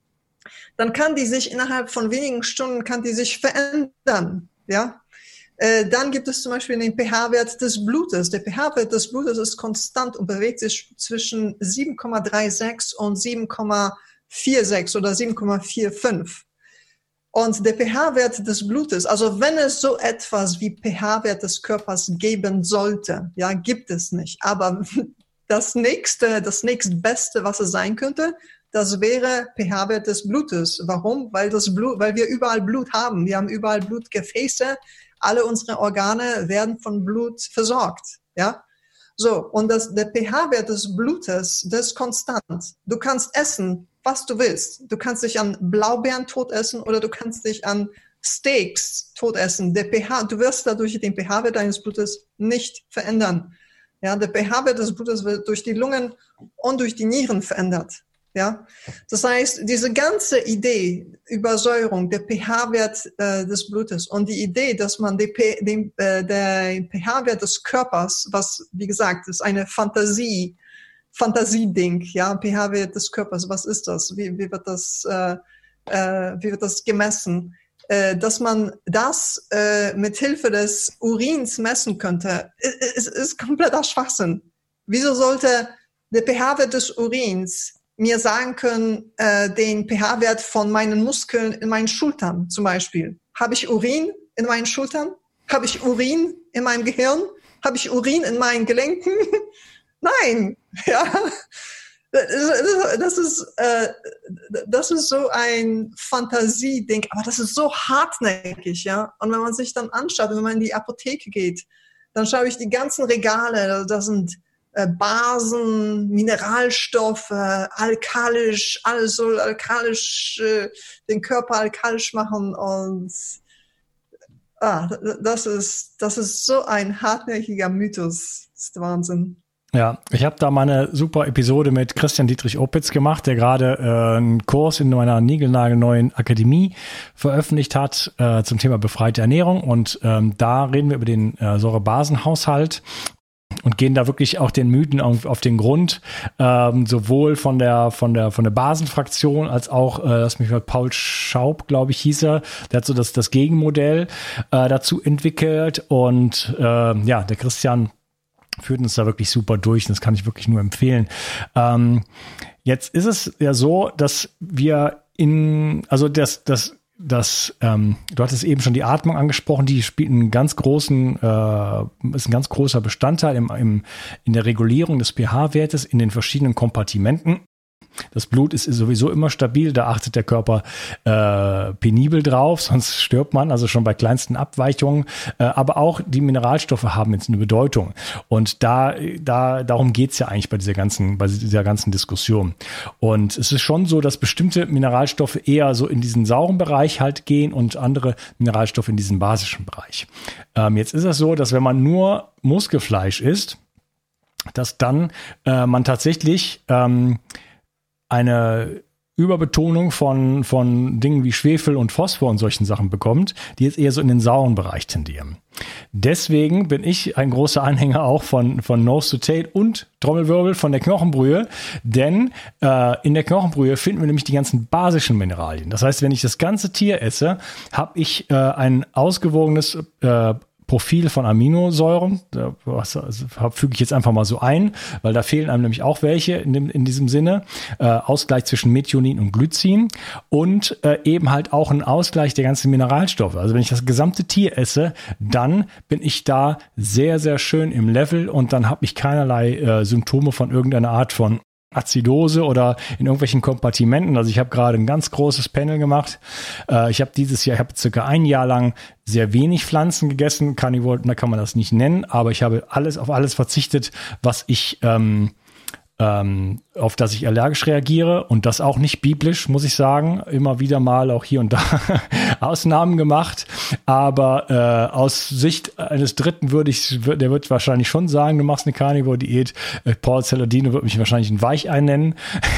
dann kann die sich innerhalb von wenigen Stunden kann die sich verändern. Ja? Äh, dann gibt es zum Beispiel den pH-Wert des Blutes. Der pH-Wert des Blutes ist konstant und bewegt sich zwischen sieben Komma sechsunddreißig und sieben Komma sechsundvierzig oder sieben Komma fünfundvierzig. Und der pH-Wert des Blutes, also wenn es so etwas wie pH-Wert des Körpers geben sollte, ja, gibt es nicht. Aber das nächste, das nächstbeste, was es sein könnte, das wäre pH-Wert des Blutes. Warum? Weil das Blut, weil wir überall Blut haben. Wir haben überall Blutgefäße. Alle unsere Organe werden von Blut versorgt. Ja? So. Und das, der pH-Wert des Blutes, das ist konstant. Du kannst essen, was du willst. Du kannst dich an Blaubeeren tot essen oder du kannst dich an Steaks tot essen. Der pH, du wirst dadurch den pH-Wert deines Blutes nicht verändern. Ja? Der pH-Wert des Blutes wird durch die Lungen und durch die Nieren verändert. Ja, das heißt, diese ganze Idee, Übersäuerung, der pH-Wert äh, des Blutes und die Idee, dass man die, den, äh, der pH-Wert des Körpers, was, wie gesagt, ist eine Fantasie, Fantasieding, ja, pH-Wert des Körpers, was ist das? Wie, wie wird das, äh, äh, wie wird das gemessen? Äh, dass man das äh, mit Hilfe des Urins messen könnte, ist, ist kompletter Schwachsinn. Wieso sollte der pH-Wert des Urins mir sagen können, äh, den pH-Wert von meinen Muskeln in meinen Schultern zum Beispiel? Habe ich Urin in meinen Schultern? Habe ich Urin in meinem Gehirn? Habe ich Urin in meinen Gelenken? Nein, ja. Das ist, äh, das ist so ein Fantasieding, aber das ist so hartnäckig, ja. Und wenn man sich dann anschaut, wenn man in die Apotheke geht, dann schaue ich die ganzen Regale, da sind Basen, Mineralstoffe, alkalisch, alles soll alkalisch, äh, den Körper alkalisch machen, und ah, das ist, das ist so ein hartnäckiger Mythos. Das ist Wahnsinn. Ja, ich habe da mal eine super Episode mit Christian Dietrich Opitz gemacht, der gerade äh, einen Kurs in meiner niegelnagelneuen Akademie veröffentlicht hat äh, zum Thema befreite Ernährung, und ähm, da reden wir über den äh, Säurebasenhaushalt und gehen da wirklich auch den Mythen auf, auf den Grund, ähm, sowohl von der von der von der Basenfraktion als auch, äh, lass mich mal, Paul Schaub, glaube ich, hieß er, der hat so das das Gegenmodell äh, dazu entwickelt, und äh, ja, der Christian führt uns da wirklich super durch, und das kann ich wirklich nur empfehlen. Ähm, jetzt ist es ja so, dass wir in, also das das Das, ähm, du hattest eben schon die Atmung angesprochen, die spielt einen ganz großen, äh, ist ein ganz großer Bestandteil im, im, in der Regulierung des pH-Wertes in den verschiedenen Kompartimenten. Das Blut ist sowieso immer stabil, da achtet der Körper äh, penibel drauf, sonst stirbt man, also schon bei kleinsten Abweichungen. Äh, aber auch die Mineralstoffe haben jetzt eine Bedeutung. Und da, da darum geht's ja eigentlich bei dieser ganzen, bei dieser ganzen Diskussion. Und es ist schon so, dass bestimmte Mineralstoffe eher so in diesen sauren Bereich halt gehen und andere Mineralstoffe in diesen basischen Bereich. Ähm, jetzt ist es so, dass wenn man nur Muskelfleisch isst, dass dann äh, man tatsächlich ähm, eine Überbetonung von, von Dingen wie Schwefel und Phosphor und solchen Sachen bekommt, die jetzt eher so in den sauren Bereich tendieren. Deswegen bin ich ein großer Anhänger auch von, von Nose to Tail und Trommelwirbel von der Knochenbrühe, denn äh, in der Knochenbrühe finden wir nämlich die ganzen basischen Mineralien. Das heißt, wenn ich das ganze Tier esse, habe ich äh, ein ausgewogenes äh, Profil von Aminosäuren, das füge ich jetzt einfach mal so ein, weil da fehlen einem nämlich auch welche in, dem, in diesem Sinne. Äh, Ausgleich zwischen Methionin und Glycin und äh, eben halt auch ein Ausgleich der ganzen Mineralstoffe. Also wenn ich das gesamte Tier esse, dann bin ich da sehr, sehr schön im Level und dann habe ich keinerlei äh, Symptome von irgendeiner Art von Azidose oder in irgendwelchen Kompartimenten. Also ich habe gerade ein ganz großes Panel gemacht. Äh, ich habe dieses Jahr, ich habe circa ein Jahr lang sehr wenig Pflanzen gegessen. Carnivore, da kann man das nicht nennen, aber ich habe alles auf alles verzichtet, was ich ähm, ähm, auf das ich allergisch reagiere und das auch nicht biblisch, muss ich sagen. Immer wieder mal auch hier und da Ausnahmen gemacht. Aber äh, aus Sicht eines Dritten würde ich, der wird wahrscheinlich schon sagen, du machst eine Carnivore-Diät. Äh, Paul Saladino wird mich wahrscheinlich ein Weichei nennen.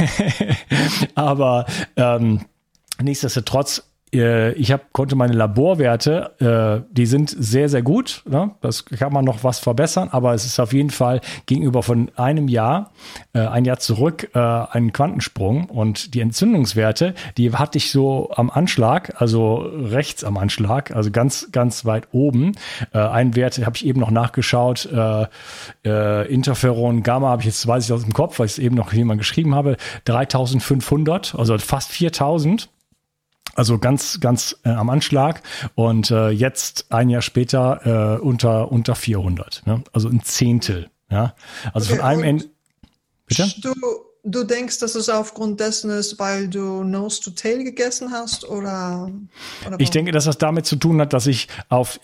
Aber ähm, nichtsdestotrotz, ich hab, konnte meine Laborwerte, äh, die sind sehr, sehr gut. Ne? Das kann man noch was verbessern, aber es ist auf jeden Fall gegenüber von einem Jahr, äh, ein Jahr zurück, äh, ein Quantensprung. Und die Entzündungswerte, die hatte ich so am Anschlag, also rechts am Anschlag, also ganz, ganz weit oben. Äh, einen Wert habe ich eben noch nachgeschaut, äh, äh, Interferon Gamma habe ich jetzt, weiß ich aus dem Kopf, weil ich es eben noch jemand geschrieben habe, dreitausendfünfhundert, also fast viertausend. Also ganz, ganz äh, am Anschlag und äh, jetzt ein Jahr später äh, unter unter vierhundert, ne? Also ein Zehntel, ja. Also okay, von einem Ende. Bitte? Du, du denkst, dass es aufgrund dessen ist, weil du Nose to Tail gegessen hast oder? oder ich denke, dass das damit zu tun hat, dass ich auf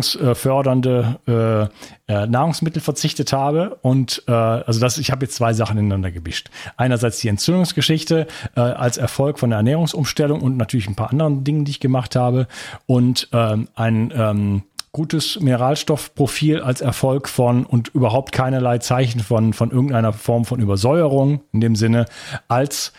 entzündungsfördernde äh, äh, Nahrungsmittel verzichtet habe und äh, also das, ich habe jetzt zwei Sachen ineinander gemischt. Einerseits die Entzündungsgeschichte äh, als Erfolg von der Ernährungsumstellung und natürlich ein paar anderen Dingen, die ich gemacht habe und ähm, ein ähm, gutes Mineralstoffprofil als Erfolg von und überhaupt keinerlei Zeichen von, von irgendeiner Form von Übersäuerung in dem Sinne als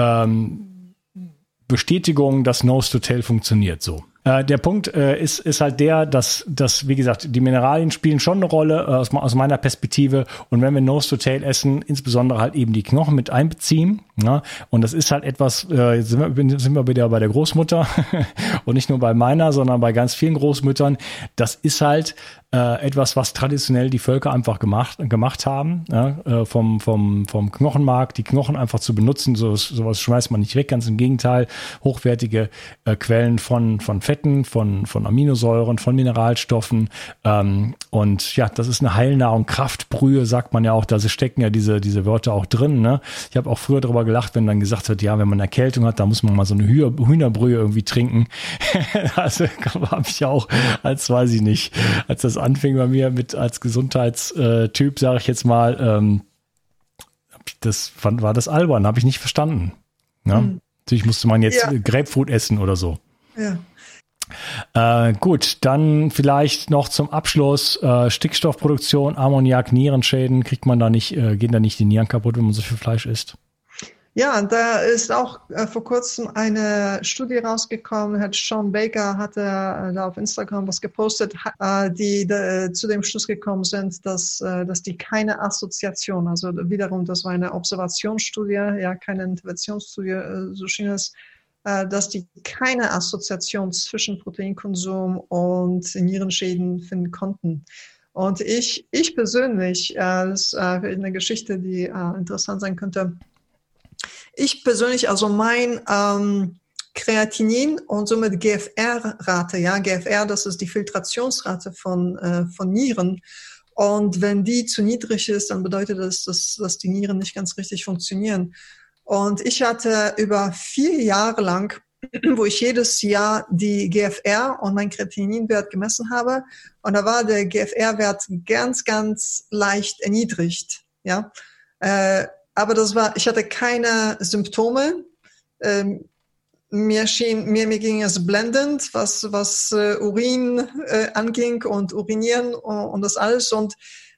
ähm, Bestätigung, dass Nose to Tail funktioniert so. Äh, der Punkt äh, ist, ist halt der, dass, dass, wie gesagt, die Mineralien spielen schon eine Rolle äh, aus, aus meiner Perspektive. Und wenn wir Nose to Tail essen, insbesondere halt eben die Knochen mit einbeziehen. Ja, und das ist halt etwas, äh, jetzt sind wir, sind wir wieder bei der Großmutter und nicht nur bei meiner, sondern bei ganz vielen Großmüttern. Das ist halt äh, etwas, was traditionell die Völker einfach gemacht, gemacht haben, ja, äh, vom, vom, vom Knochenmark, die Knochen einfach zu benutzen. So, sowas schmeißt man nicht weg, ganz im Gegenteil. Hochwertige äh, Quellen von, von Fetten, von, von Aminosäuren, von Mineralstoffen. Ähm, und ja, das ist eine Heilnahrung. Kraftbrühe, sagt man ja auch, da stecken ja diese, diese Wörter auch drin. Ne? Ich habe auch früher darüber gelacht, wenn dann gesagt wird, ja, wenn man eine Erkältung hat, da muss man mal so eine Hühnerbrühe irgendwie trinken. Also habe ich auch, als weiß ich nicht, als das anfing bei mir mit als Gesundheitstyp, sage ich jetzt mal, ähm, das fand, war das albern, habe ich nicht verstanden. Ja? Hm. Natürlich musste man jetzt ja. Grapefruit essen oder so. Ja. Äh, gut, dann vielleicht noch zum Abschluss äh, Stickstoffproduktion, Ammoniak, Nierenschäden, kriegt man da nicht, äh, gehen da nicht die Nieren kaputt, wenn man so viel Fleisch isst? Ja, da ist auch äh, vor kurzem eine Studie rausgekommen. Herr Sean Baker hatte äh, da auf Instagram was gepostet, äh, die de, zu dem Schluss gekommen sind, dass, äh, dass die keine Assoziation, also wiederum, das war eine Observationsstudie, ja, keine Interventionsstudie, äh, so schien es, äh, dass die keine Assoziation zwischen Proteinkonsum und Nierenschäden finden konnten. Und ich, ich persönlich, äh, das ist äh, eine Geschichte, die äh, interessant sein könnte. Ich persönlich, also mein ähm, Kreatinin und somit G F R-Rate, ja, G F R, das ist die Filtrationsrate von, äh, von Nieren. Und wenn die zu niedrig ist, dann bedeutet das, dass, dass die Nieren nicht ganz richtig funktionieren. Und ich hatte über vier Jahre lang, wo ich jedes Jahr die G F R und meinen Kreatininwert gemessen habe. Und da war der G F R-Wert ganz, ganz leicht erniedrigt, ja. Äh, Aber das war, ich hatte keine Symptome. Ähm, mir schien, mir, mir ging es blendend, was, was äh, Urin äh, anging und Urinieren und, und das alles. Und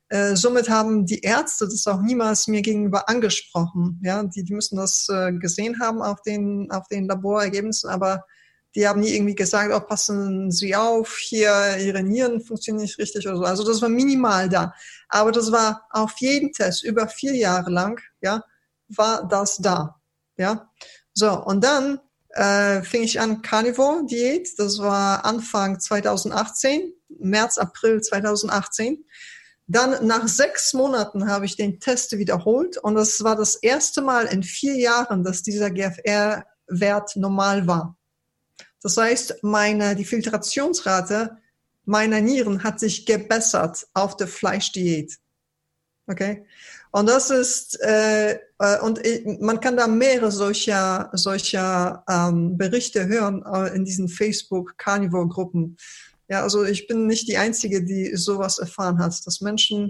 Äh, somit haben die Ärzte das auch niemals mir gegenüber angesprochen. Ja, die, die müssen das äh, gesehen haben auf den, auf den Laborergebnissen, aber die haben nie irgendwie gesagt, oh, passen Sie auf, hier, Ihre Nieren funktionieren nicht richtig oder so. Also das war minimal da. Aber das war auf jeden Test über vier Jahre lang, ja, war das da. Ja, so, und dann äh, fing ich an Carnivore-Diät. Das war Anfang zweitausendachtzehn, März, April zweitausendachtzehn. Dann nach sechs Monaten habe ich den Test wiederholt und das war das erste Mal in vier Jahren, dass dieser G F R-Wert normal war. Das heißt, meine, die Filtrationsrate meiner Nieren hat sich gebessert auf der Fleischdiät. Okay? Und das ist, äh, und man kann da mehrere solcher, solcher ähm, Berichte hören äh, in diesen Facebook-Carnivore-Gruppen. Ja, also ich bin nicht die Einzige, die sowas erfahren hat, dass Menschen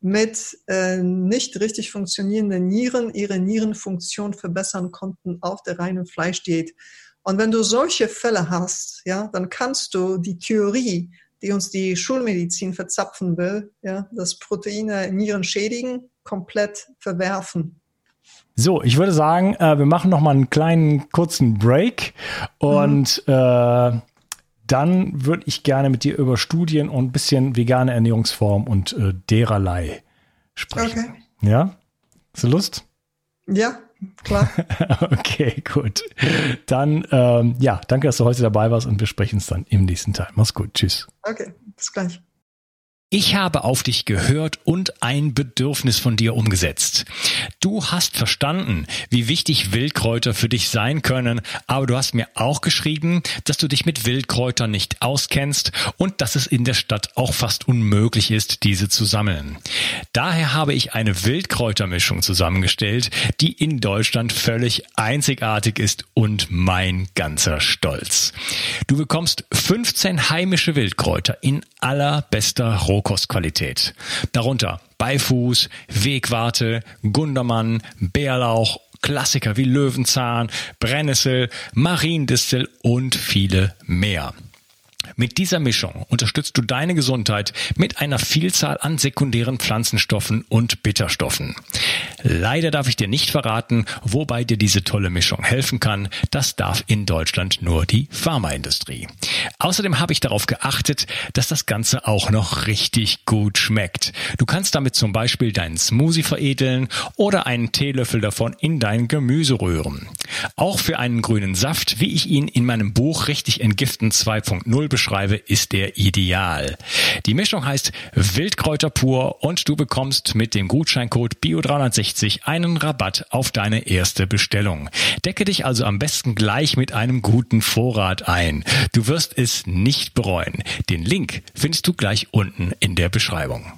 mit äh, nicht richtig funktionierenden Nieren ihre Nierenfunktion verbessern konnten auf der reinen Fleischdiät. Und wenn du solche Fälle hast, ja, dann kannst du die Theorie, die uns die Schulmedizin verzapfen will, ja, dass Proteine Nieren schädigen, komplett verwerfen. So, ich würde sagen, äh, wir machen noch mal einen kleinen kurzen Break und mhm. äh, dann würde ich gerne mit dir über Studien und ein bisschen vegane Ernährungsform und äh, dererlei sprechen. Okay. Ja? Hast du Lust? Ja, klar. Okay, gut. Dann, ähm, ja, danke, dass du heute dabei warst und wir sprechen es dann im nächsten Teil. Mach's gut. Tschüss. Okay, bis gleich. Ich habe auf dich gehört und ein Bedürfnis von dir umgesetzt. Du hast verstanden, wie wichtig Wildkräuter für dich sein können, aber du hast mir auch geschrieben, dass du dich mit Wildkräutern nicht auskennst und dass es in der Stadt auch fast unmöglich ist, diese zu sammeln. Daher habe ich eine Wildkräutermischung zusammengestellt, die in Deutschland völlig einzigartig ist und mein ganzer Stolz. Du bekommst fünfzehn heimische Wildkräuter in allerbester Rohkostqualität. Darunter Beifuß, Wegwarte, Gundermann, Bärlauch, Klassiker wie Löwenzahn, Brennnessel, Mariendistel und viele mehr. Mit dieser Mischung unterstützt du deine Gesundheit mit einer Vielzahl an sekundären Pflanzenstoffen und Bitterstoffen. Leider darf ich dir nicht verraten, wobei dir diese tolle Mischung helfen kann. Das darf in Deutschland nur die Pharmaindustrie. Außerdem habe ich darauf geachtet, dass das Ganze auch noch richtig gut schmeckt. Du kannst damit zum Beispiel deinen Smoothie veredeln oder einen Teelöffel davon in dein Gemüse rühren. Auch für einen grünen Saft, wie ich ihn in meinem Buch Richtig Entgiften zwei Punkt null beschreibe, ist der ideal. Die Mischung heißt Wildkräuter pur und du bekommst mit dem Gutscheincode Bio dreihundertsechzig einen Rabatt auf deine erste Bestellung. Decke dich also am besten gleich mit einem guten Vorrat ein. Du wirst es nicht bereuen. Den Link findest du gleich unten in der Beschreibung.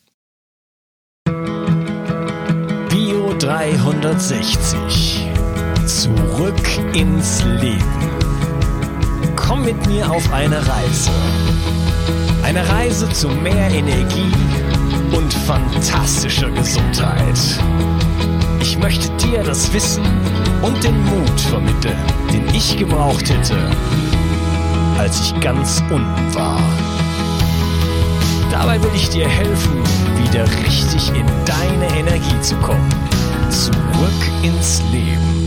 Bio dreihundertsechzig. Zurück ins Leben. Komm mit mir auf eine Reise. Eine Reise zu mehr Energie und fantastischer Gesundheit. Ich möchte dir das Wissen und den Mut vermitteln, den ich gebraucht hätte, als ich ganz unten war. Dabei will ich dir helfen, wieder richtig in deine Energie zu kommen. Zurück ins Leben.